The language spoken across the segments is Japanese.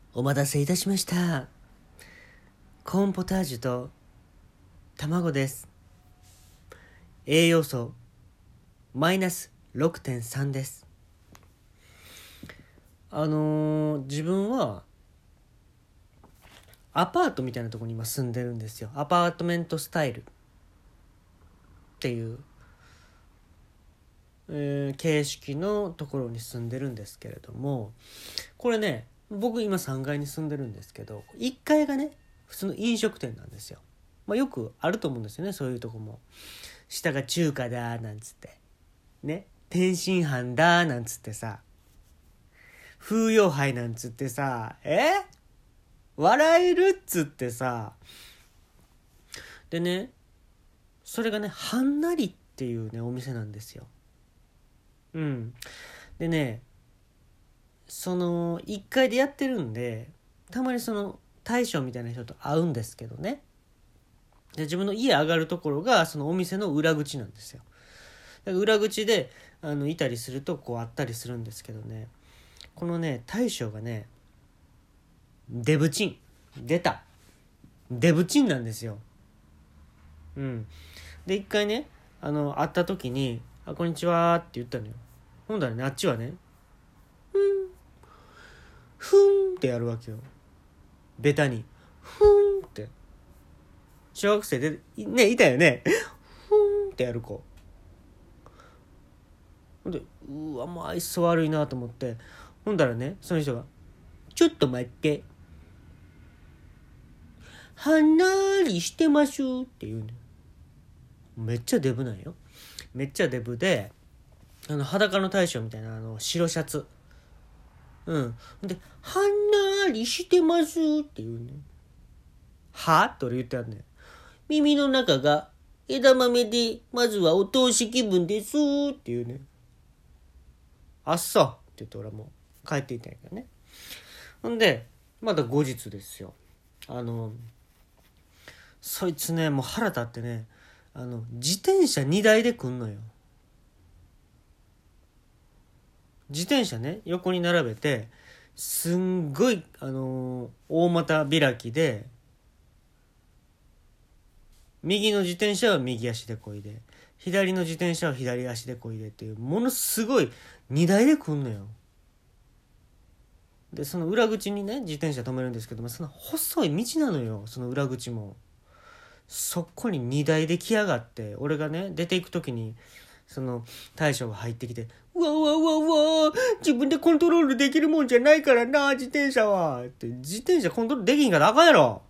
お待たせいたしました。コーンポタージュと卵です。栄養素マイナス 6.3 です。自分はアパートみたいなところに今住んでるんですよ。アパートメントスタイルっていう、形式のところに住んでるんですけれども、これね、僕今3階に住んでるんですけど、1階がね普通の飲食店なんですよ。よくあると思うんですよね、そういうとこも。下が中華だなんつってね、天津飯だなんつってさ、風洋杯なんつってさ、笑えるっつってさ。でね、それがねはんなりっていうねお店なんですよ。でね、その1階でやってるんで、たまにその大将みたいな人と会うんですけどね。で、自分の家上がるところがそのお店の裏口なんですよ。だから裏口でいたりするとこうあったりするんですけどね、このね大将がねデブチン出たデブチンなんですよ。で一回ね会った時にこんにちはって言ったのよ。ほんだらね、あっちはねふんってやるわけよ。ベタにふんって。小学生でねいたよね。ふんってやる子で、うわもう愛想悪いなと思って、ほんだらねその人がちょっと待って、はんなりしてますって言うね。めっちゃデブなんよ。めっちゃデブで、裸の大将みたいな白シャツ。で、はんなりしてますって言うね。はって俺言ってやんねん。耳の中が枝豆で、まずはお通し気分ですって言うね。あっそうって言って俺はもう帰っていったんやけどね。ほんで、また後日ですよ。そいつね、もう腹立ってね、自転車2台で来んのよ。自転車ね横に並べて、すんごい大股開きで、右の自転車は右足でこいで、左の自転車は左足でこいでっていう、ものすごい2台で来んのよ。でその裏口にね自転車止めるんですけども、その細い道なのよ、その裏口も。そこに2台で来やがって、俺がね出ていく時にその大将が入ってきて、うわうわうわうわ、自分でコントロールできるもんじゃないからな自転車はって。自転車コントロールできんからあかんやろ、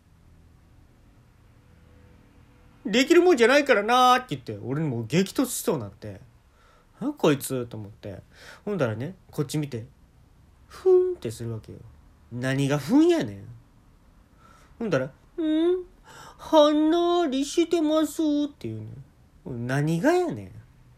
できるもんじゃないからなって言って、俺にもう激突しそうになって、こいつと思って、ほんだらねこっち見てふんってするわけよ。何がふんやねん。ほんだらはんなりしてますっていうね。何がやねん。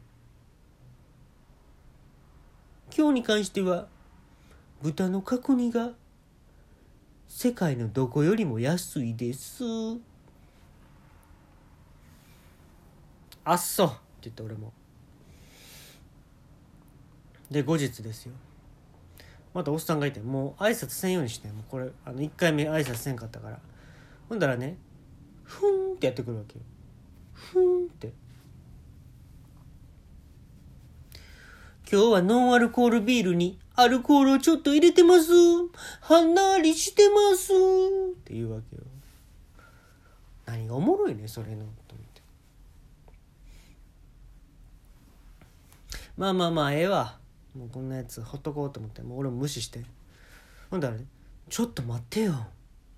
今日に関しては豚の角煮が世界のどこよりも安いです。あっそうって言って俺も。で後日ですよ、またおっさんがいて、もう挨拶せんようにして、もうこれ1回目挨拶せんかったから。ほんだらねふんってやってくるわけよ。ふんって、今日はノンアルコールビールにアルコールをちょっと入れてます、はんなりしてますって言うわけよ。何がおもろいねそれのと思って。まあええわ、もうこんなやつほっとこうと思って、もう俺も無視して。ほんだらね、ちょっと待ってよ、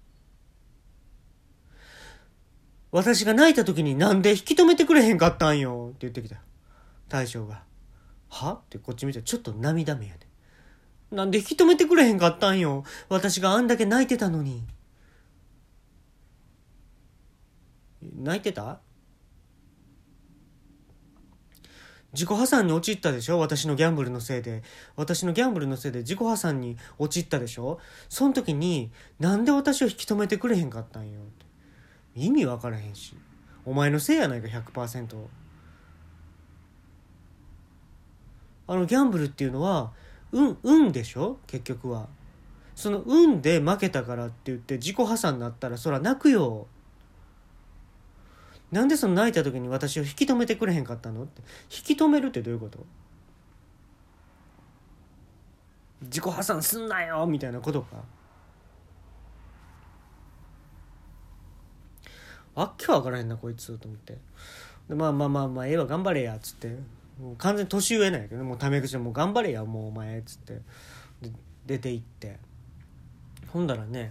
私が泣いた時になんで引き止めてくれへんかったんよって言ってきた大将が。はってこっち見て、ちょっと涙目やね。なんで引き止めてくれへんかったんよ、私があんだけ泣いてたのに。泣いてた？自己破産に陥ったでしょ、私のギャンブルのせいで。私のギャンブルのせいで自己破産に陥ったでしょ。その時になんで私を引き止めてくれへんかったんよって。意味わからへんし、お前のせいやないか 100%。 ギャンブルっていうのは運でしょ結局は。 その運で負けたからって言って自己破産になったらそら泣くよ。なんでその泣いた時に私を引き止めてくれへんかったのって。引き止めるってどういうこと？自己破産すんなよみたいなことか。わけわからへんなこいつと思って。でまあええわ頑張れやっつって、もう完全に年上なんやけど、もうタメ口でもう頑張れやもうお前っつってで出て行って、ほんだらね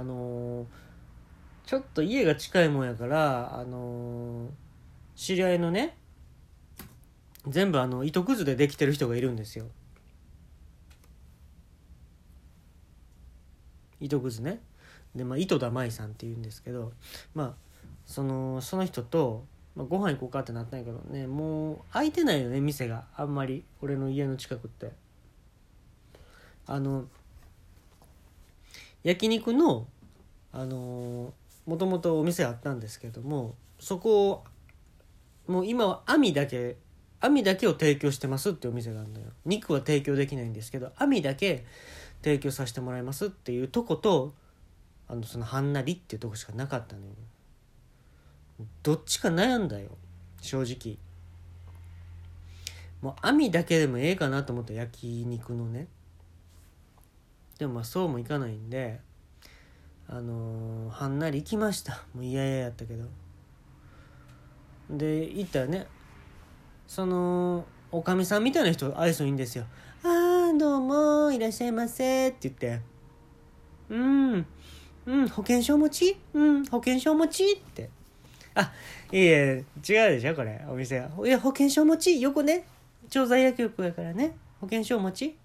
ちょっと家が近いもんやから知り合いのね、全部糸くずでできてる人がいるんですよ。糸くずね。で糸田舞さんっていうんですけど、その人と、ご飯行こうかってなったんやけどね、もう開いてないよね店があんまり、俺の家の近くって。焼肉のもともとお店あったんですけども、そこをもう今は網だけを提供してますっていうお店があるのよ。肉は提供できないんですけど網だけ提供させてもらいますっていうとこと、そのはんなりっていうとこしかなかったのよ。どっちか悩んだよ正直。もう網だけでもええかなと思った焼肉のね。でもそうもいかないんではんなり行きました。もう嫌々やったけど。で行ったらね、そのおかみさんみたいな人愛想いいんですよ。どうもいらっしゃいませって言って、保険証持ち、保険証持ちって。いえ違うでしょこれお店は。いや保険証持ち、横ね調剤薬局やからね、保険証持ち、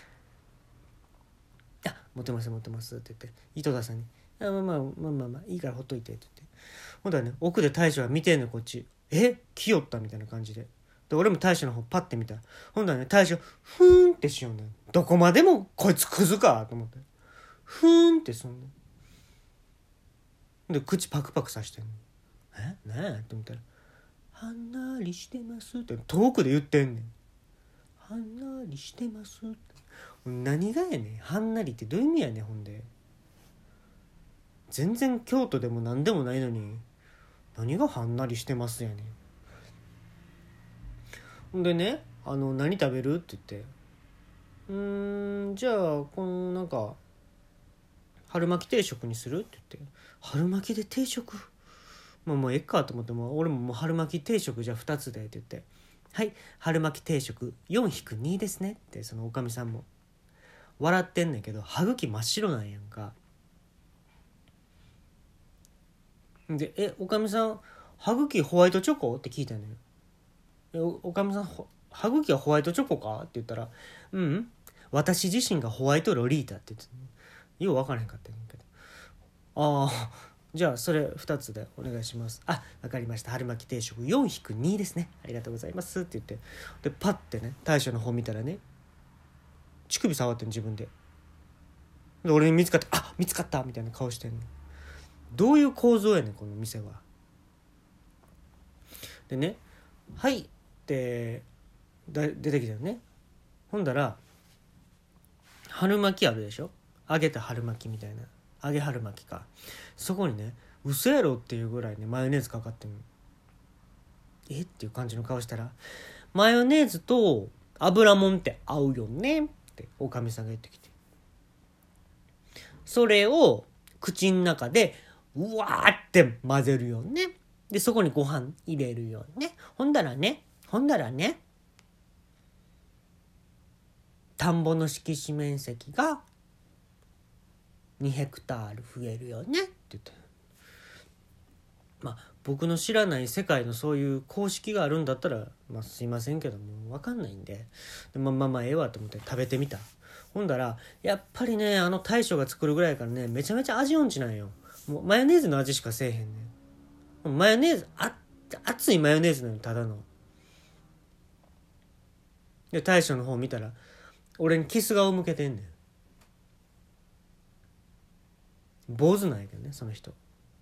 持ってますって言って、糸田さんにまあいいからほっといてって言って、ほんとはね奥で大将が見てんのこっち、来よったみたいな感じで。で俺も大将の方パッて見た、ほんとはね大将ふーんってしようね。どこまでもこいつクズかと思って、ふーんってすんね。で口パクパクさしてんの。何やって思ったら、はんなりしてますって遠くで言ってんねん。はんなりしてますって、何がやねん、はんなりってどういう意味やねん。ほんで全然京都でも何でもないのに何がはんなりしてますやねん。ほんでね何食べるって言って、じゃあこのなんか春巻き定食にするって言って、春巻きで定食、もうえっかと思って、俺ももう春巻き定食じゃあ2つでって言って、はい春巻き定食 4-2 ですねって、そのおかみさんも笑ってんねんけど歯茎真っ白なんやんか。でおかみさん歯茎ホワイトチョコって聞いたのよ。おかみさん歯茎はホワイトチョコかって言ったら、私自身がホワイトロリータって言ってた、よう分からへんかったんやけど、じゃあそれ2つでお願いします。分かりました、春巻き定食 4-2 ですね、ありがとうございますって言って、でパッてね大将の方見たらね、乳首触ってん自分で。で俺に見つかって、見つかったみたいな顔してんの。どういう構造やねんこの店は。でね、はいって出てきたよね。ほんだら春巻きあるでしょ、揚げた春巻きみたいな、揚げ春巻きか、そこにね嘘やろっていうぐらいねマヨネーズかかってんの。っていう感じの顔したら、マヨネーズと油もんって合うよねっておかみさんが言ってきて、それを口の中でうわーって混ぜるよね。でそこにご飯入れるよね。ほんだらね田んぼの敷地面積が2ヘクタール増えるよねって言って、僕の知らない世界のそういう公式があるんだったら、すいませんけども分かんないんで、ええわと思って食べてみた。ほんだらやっぱりね大将が作るぐらいからねめちゃめちゃ味音痴なんよ。もうマヨネーズの味しかせえへんねん。マヨネーズ熱いマヨネーズなのただの。で大将の方見たら俺にキス顔向けてんねん。坊主なんやけどねその人、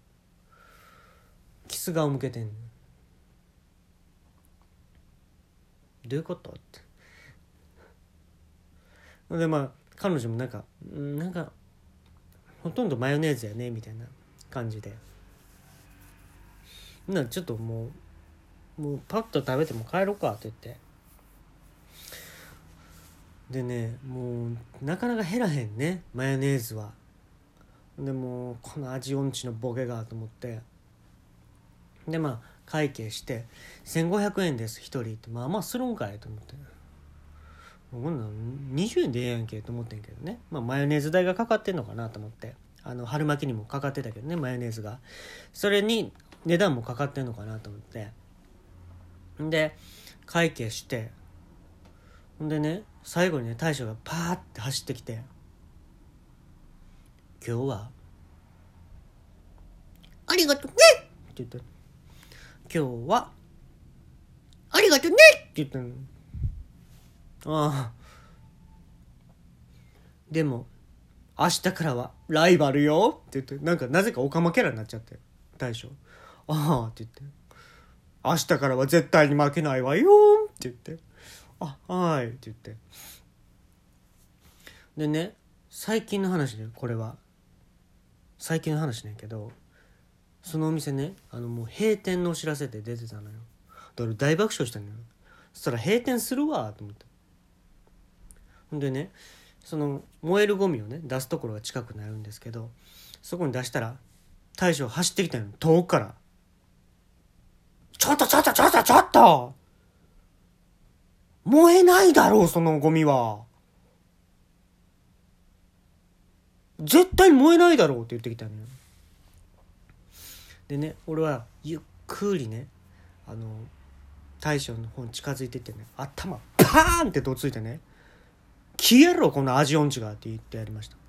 キス顔向けてんねん。どういうことって。で彼女もなんかほとんどマヨネーズやねみたいな感じで、ちょっともうパッと食べても帰ろうかって言って、でね、もうなかなか減らへんね、マヨネーズは。でもこの味音痴のボケがと思って、で会計して1500円です1人って、まあまあするんかいと思って、こんなん20円でええやんけと思ってんけどね、マヨネーズ代がかかってんのかなと思って、春巻きにもかかってたけどね、マヨネーズが、それに値段もかかってんのかなと思って、で会計して、ほんでね、最後にね、大将がパーって走ってきて、今日はありがとうねって言った。今日はありがとうねって言ったの。ああ、でも明日からはライバルよって言って、なぜかオカマキャラになっちゃって、大将、ああって言って、明日からは絶対に負けないわよって言って、あ、はいって言って、でね、最近の話ね、これは最近の話ねんけど、そのお店ね、もう閉店のお知らせで出てたのよ。だから大爆笑したのよ。そしたら閉店するわと思って、ほんでね、その燃えるゴミをね出すところが近くにあるんですけど、そこに出したら大将走ってきたのよ、遠くから。ちょっと燃えないだろう、そのゴミは絶対燃えないだろうって言ってきたのよ。でね、俺はゆっくりね、大将の方に近づいてってね、頭パーンってどついてね、消えろこの味音痴がって言ってやりました。